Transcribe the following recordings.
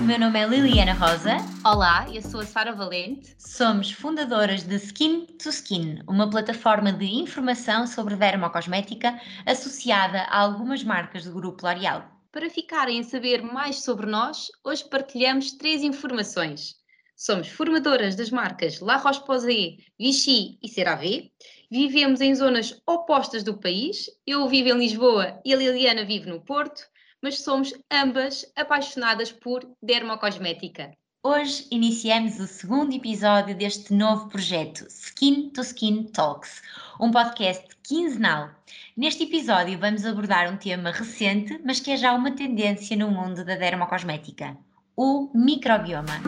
meu nome é Liliana Rosa. Olá, eu sou a Sara Valente. Somos fundadoras de Skin to Skin, uma plataforma de informação sobre dermocosmética associada a algumas marcas do Grupo L'Oréal. Para ficarem a saber mais sobre nós, hoje partilhamos 3 informações. Somos formadoras das marcas La Roche-Posay, Vichy e CeraVe. Vivemos em zonas opostas do país. Eu vivo em Lisboa e a Liliana vive no Porto, mas somos ambas apaixonadas por dermocosmética. Hoje iniciamos o segundo episódio deste novo projeto, Skin to Skin Talks, um podcast quinzenal. Neste episódio vamos abordar um tema recente, mas que é já uma tendência no mundo da dermocosmética, o microbioma.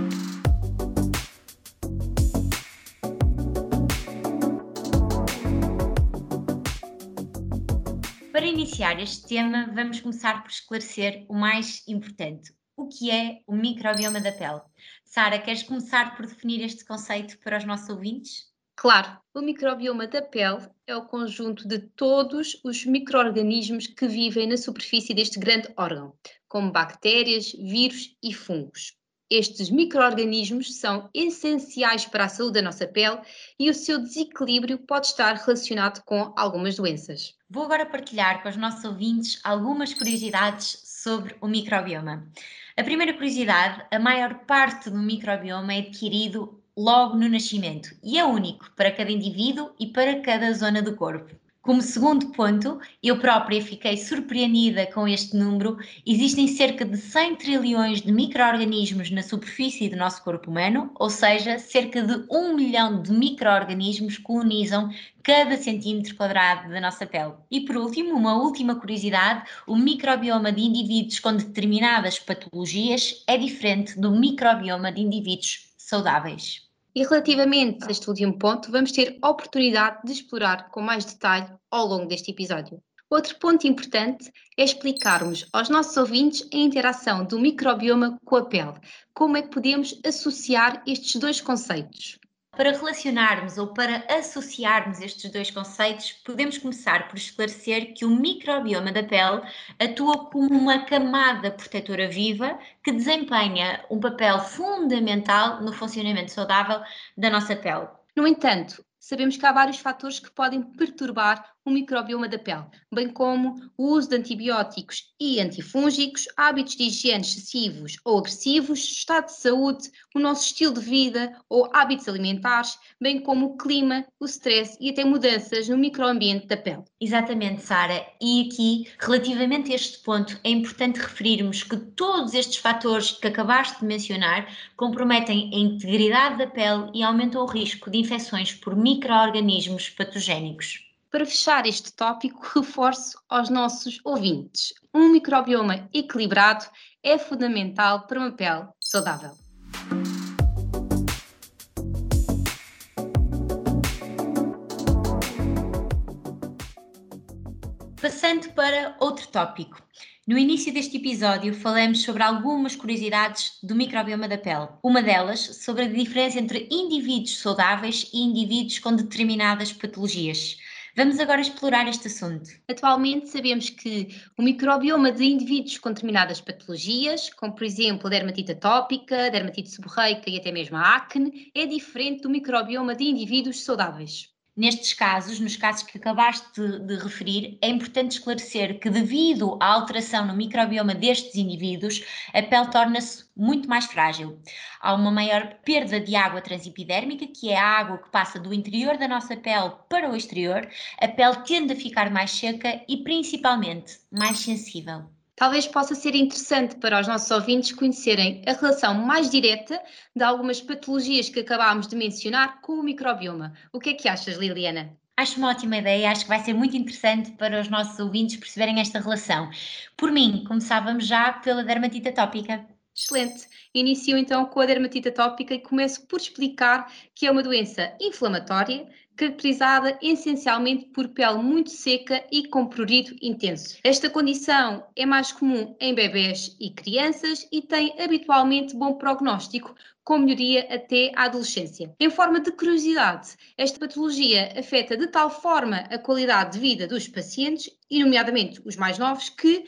Para iniciar este tema, vamos começar por esclarecer o mais importante. O que é o microbioma da pele? Sara, queres começar por definir este conceito para os nossos ouvintes? Claro, o microbioma da pele é o conjunto de todos os micro-organismos que vivem na superfície deste grande órgão, como bactérias, vírus e fungos. Estes micro-organismos são essenciais para a saúde da nossa pele e o seu desequilíbrio pode estar relacionado com algumas doenças. Vou agora partilhar com os nossos ouvintes algumas curiosidades sobre o microbioma. A primeira curiosidade, a maior parte do microbioma é adquirido logo no nascimento e é único para cada indivíduo e para cada zona do corpo. Como segundo ponto, eu própria fiquei surpreendida com este número. Existem cerca de 100 trilhões de micro-organismos na superfície do nosso corpo humano, ou seja, cerca de 1 milhão de micro-organismos colonizam cada centímetro quadrado da nossa pele. E por último, uma última curiosidade, o microbioma de indivíduos com determinadas patologias é diferente do microbioma de indivíduos saudáveis. E relativamente a este último ponto, vamos ter a oportunidade de explorar com mais detalhe ao longo deste episódio. Outro ponto importante é explicarmos aos nossos ouvintes a interação do microbioma com a pele. Como é que podemos associar estes dois conceitos? Para relacionarmos ou para associarmos estes dois conceitos, podemos começar por esclarecer que o microbioma da pele atua como uma camada protetora viva que desempenha um papel fundamental no funcionamento saudável da nossa pele. No entanto, sabemos que há vários fatores que podem perturbar o microbioma da pele, bem como o uso de antibióticos e antifúngicos, hábitos de higiene excessivos ou agressivos, estado de saúde, o nosso estilo de vida ou hábitos alimentares, bem como o clima, o stress e até mudanças no microambiente da pele. Exatamente, Sara. E aqui, relativamente a este ponto, é importante referirmos que todos estes fatores que acabaste de mencionar comprometem a integridade da pele e aumentam o risco de infecções por micro-organismos patogénicos. Para fechar este tópico, reforço aos nossos ouvintes: um microbioma equilibrado é fundamental para uma pele saudável. Passando para outro tópico. No início deste episódio falamos sobre algumas curiosidades do microbioma da pele. Uma delas sobre a diferença entre indivíduos saudáveis e indivíduos com determinadas patologias. Vamos agora explorar este assunto. Atualmente sabemos que o microbioma de indivíduos com determinadas patologias, como por exemplo a dermatite atópica, dermatite seborreica e até mesmo a acne, é diferente do microbioma de indivíduos saudáveis. Nestes casos, nos casos que acabaste de referir, é importante esclarecer que devido à alteração no microbioma destes indivíduos, a pele torna-se muito mais frágil. Há uma maior perda de água transepidérmica, que é a água que passa do interior da nossa pele para o exterior. A pele tende a ficar mais seca e principalmente mais sensível. Talvez possa ser interessante para os nossos ouvintes conhecerem a relação mais direta de algumas patologias que acabámos de mencionar com o microbioma. O que é que achas, Liliana? Acho uma ótima ideia, acho que vai ser muito interessante para os nossos ouvintes perceberem esta relação. Por mim, começávamos já pela dermatite atópica. Excelente! Inicio então com a dermatite atópica e começo por explicar que é uma doença inflamatória caracterizada essencialmente por pele muito seca e com prurido intenso. Esta condição é mais comum em bebés e crianças e tem habitualmente bom prognóstico, com melhoria até à adolescência. Em forma de curiosidade, esta patologia afeta de tal forma a qualidade de vida dos pacientes, e nomeadamente os mais novos, que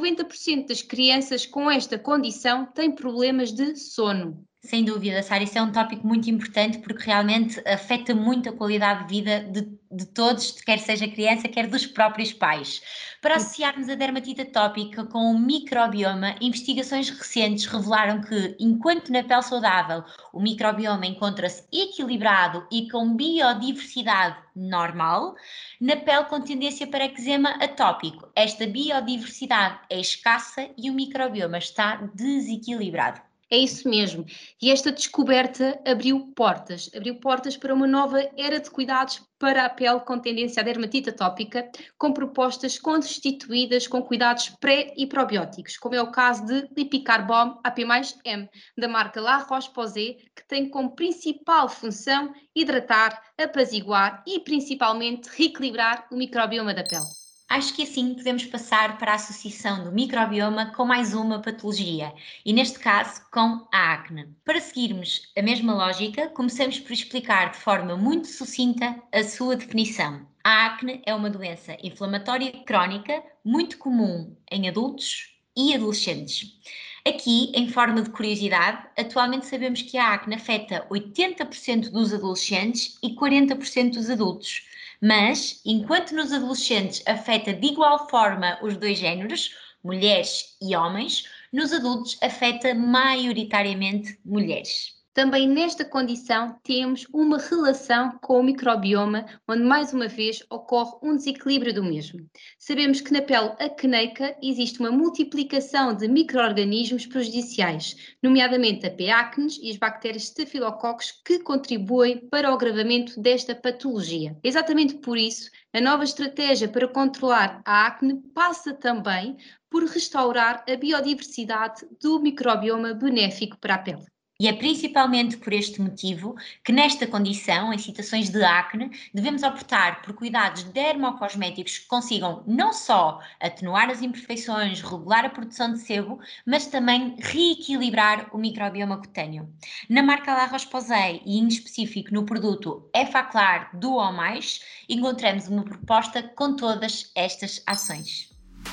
90% das crianças com esta condição têm problemas de sono. Sem dúvida, Sara, isso é um tópico muito importante porque realmente afeta muito a qualidade de vida de todos, quer seja criança, quer dos próprios pais. Para associarmos a dermatite atópica com o microbioma, investigações recentes revelaram que, enquanto na pele saudável o microbioma encontra-se equilibrado e com biodiversidade normal, na pele com tendência para eczema atópico, esta biodiversidade é escassa e o microbioma está desequilibrado. É isso mesmo. E esta descoberta abriu portas para uma nova era de cuidados para a pele com tendência à dermatite atópica, com propostas constituídas com cuidados pré e probióticos, como é o caso de Lipicar Balm AP+M, da marca La Roche-Posay, que tem como principal função hidratar, apaziguar e principalmente reequilibrar o microbioma da pele. Acho que assim podemos passar para a associação do microbioma com mais uma patologia, e neste caso com a acne. Para seguirmos a mesma lógica, começamos por explicar de forma muito sucinta a sua definição. A acne é uma doença inflamatória crónica muito comum em adultos e adolescentes. Aqui, em forma de curiosidade, atualmente sabemos que a acne afeta 80% dos adolescentes e 40% dos adultos. Mas, enquanto nos adolescentes afeta de igual forma os dois géneros, mulheres e homens, nos adultos afeta maioritariamente mulheres. Também nesta condição temos uma relação com o microbioma, onde mais uma vez ocorre um desequilíbrio do mesmo. Sabemos que na pele acneica existe uma multiplicação de micro-organismos prejudiciais, nomeadamente a P. acnes e as bactérias Staphylococcus, que contribuem para o agravamento desta patologia. Exatamente por isso, a nova estratégia para controlar a acne passa também por restaurar a biodiversidade do microbioma benéfico para a pele. E é principalmente por este motivo que nesta condição, em situações de acne, devemos optar por cuidados dermocosméticos que consigam não só atenuar as imperfeições, regular a produção de sebo, mas também reequilibrar o microbioma cutâneo. Na marca La Roche-Posay e em específico no produto Effaclar Duo+, encontramos uma proposta com todas estas ações.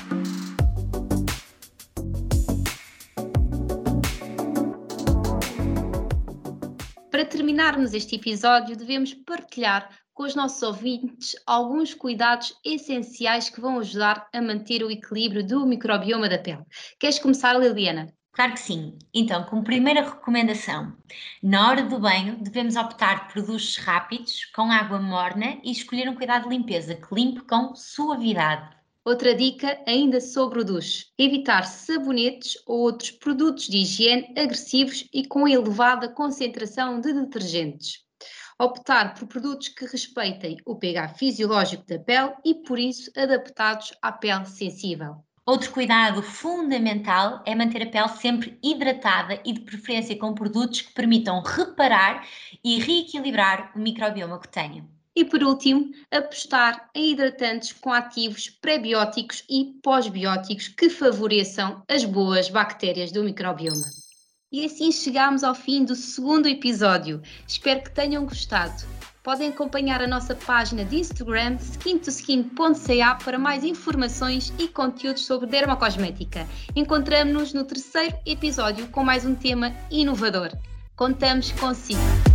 Para terminarmos este episódio, devemos partilhar com os nossos ouvintes alguns cuidados essenciais que vão ajudar a manter o equilíbrio do microbioma da pele. Queres começar, Liliana? Claro que sim. Então, como primeira recomendação, na hora do banho devemos optar por duches rápidos, com água morna e escolher um cuidado de limpeza que limpe com suavidade. Outra dica ainda sobre o duche: evitar sabonetes ou outros produtos de higiene agressivos e com elevada concentração de detergentes. Optar por produtos que respeitem o pH fisiológico da pele e, por isso, adaptados à pele sensível. Outro cuidado fundamental é manter a pele sempre hidratada e de preferência com produtos que permitam reparar e reequilibrar o microbioma cutâneo. E por último, apostar em hidratantes com ativos pré-bióticos e pós-bióticos que favoreçam as boas bactérias do microbioma. E assim chegamos ao fim do segundo episódio. Espero que tenham gostado. Podem acompanhar a nossa página de Instagram skin2skin.ca para mais informações e conteúdos sobre dermocosmética. Encontramo-nos no terceiro episódio com mais um tema inovador. Contamos consigo!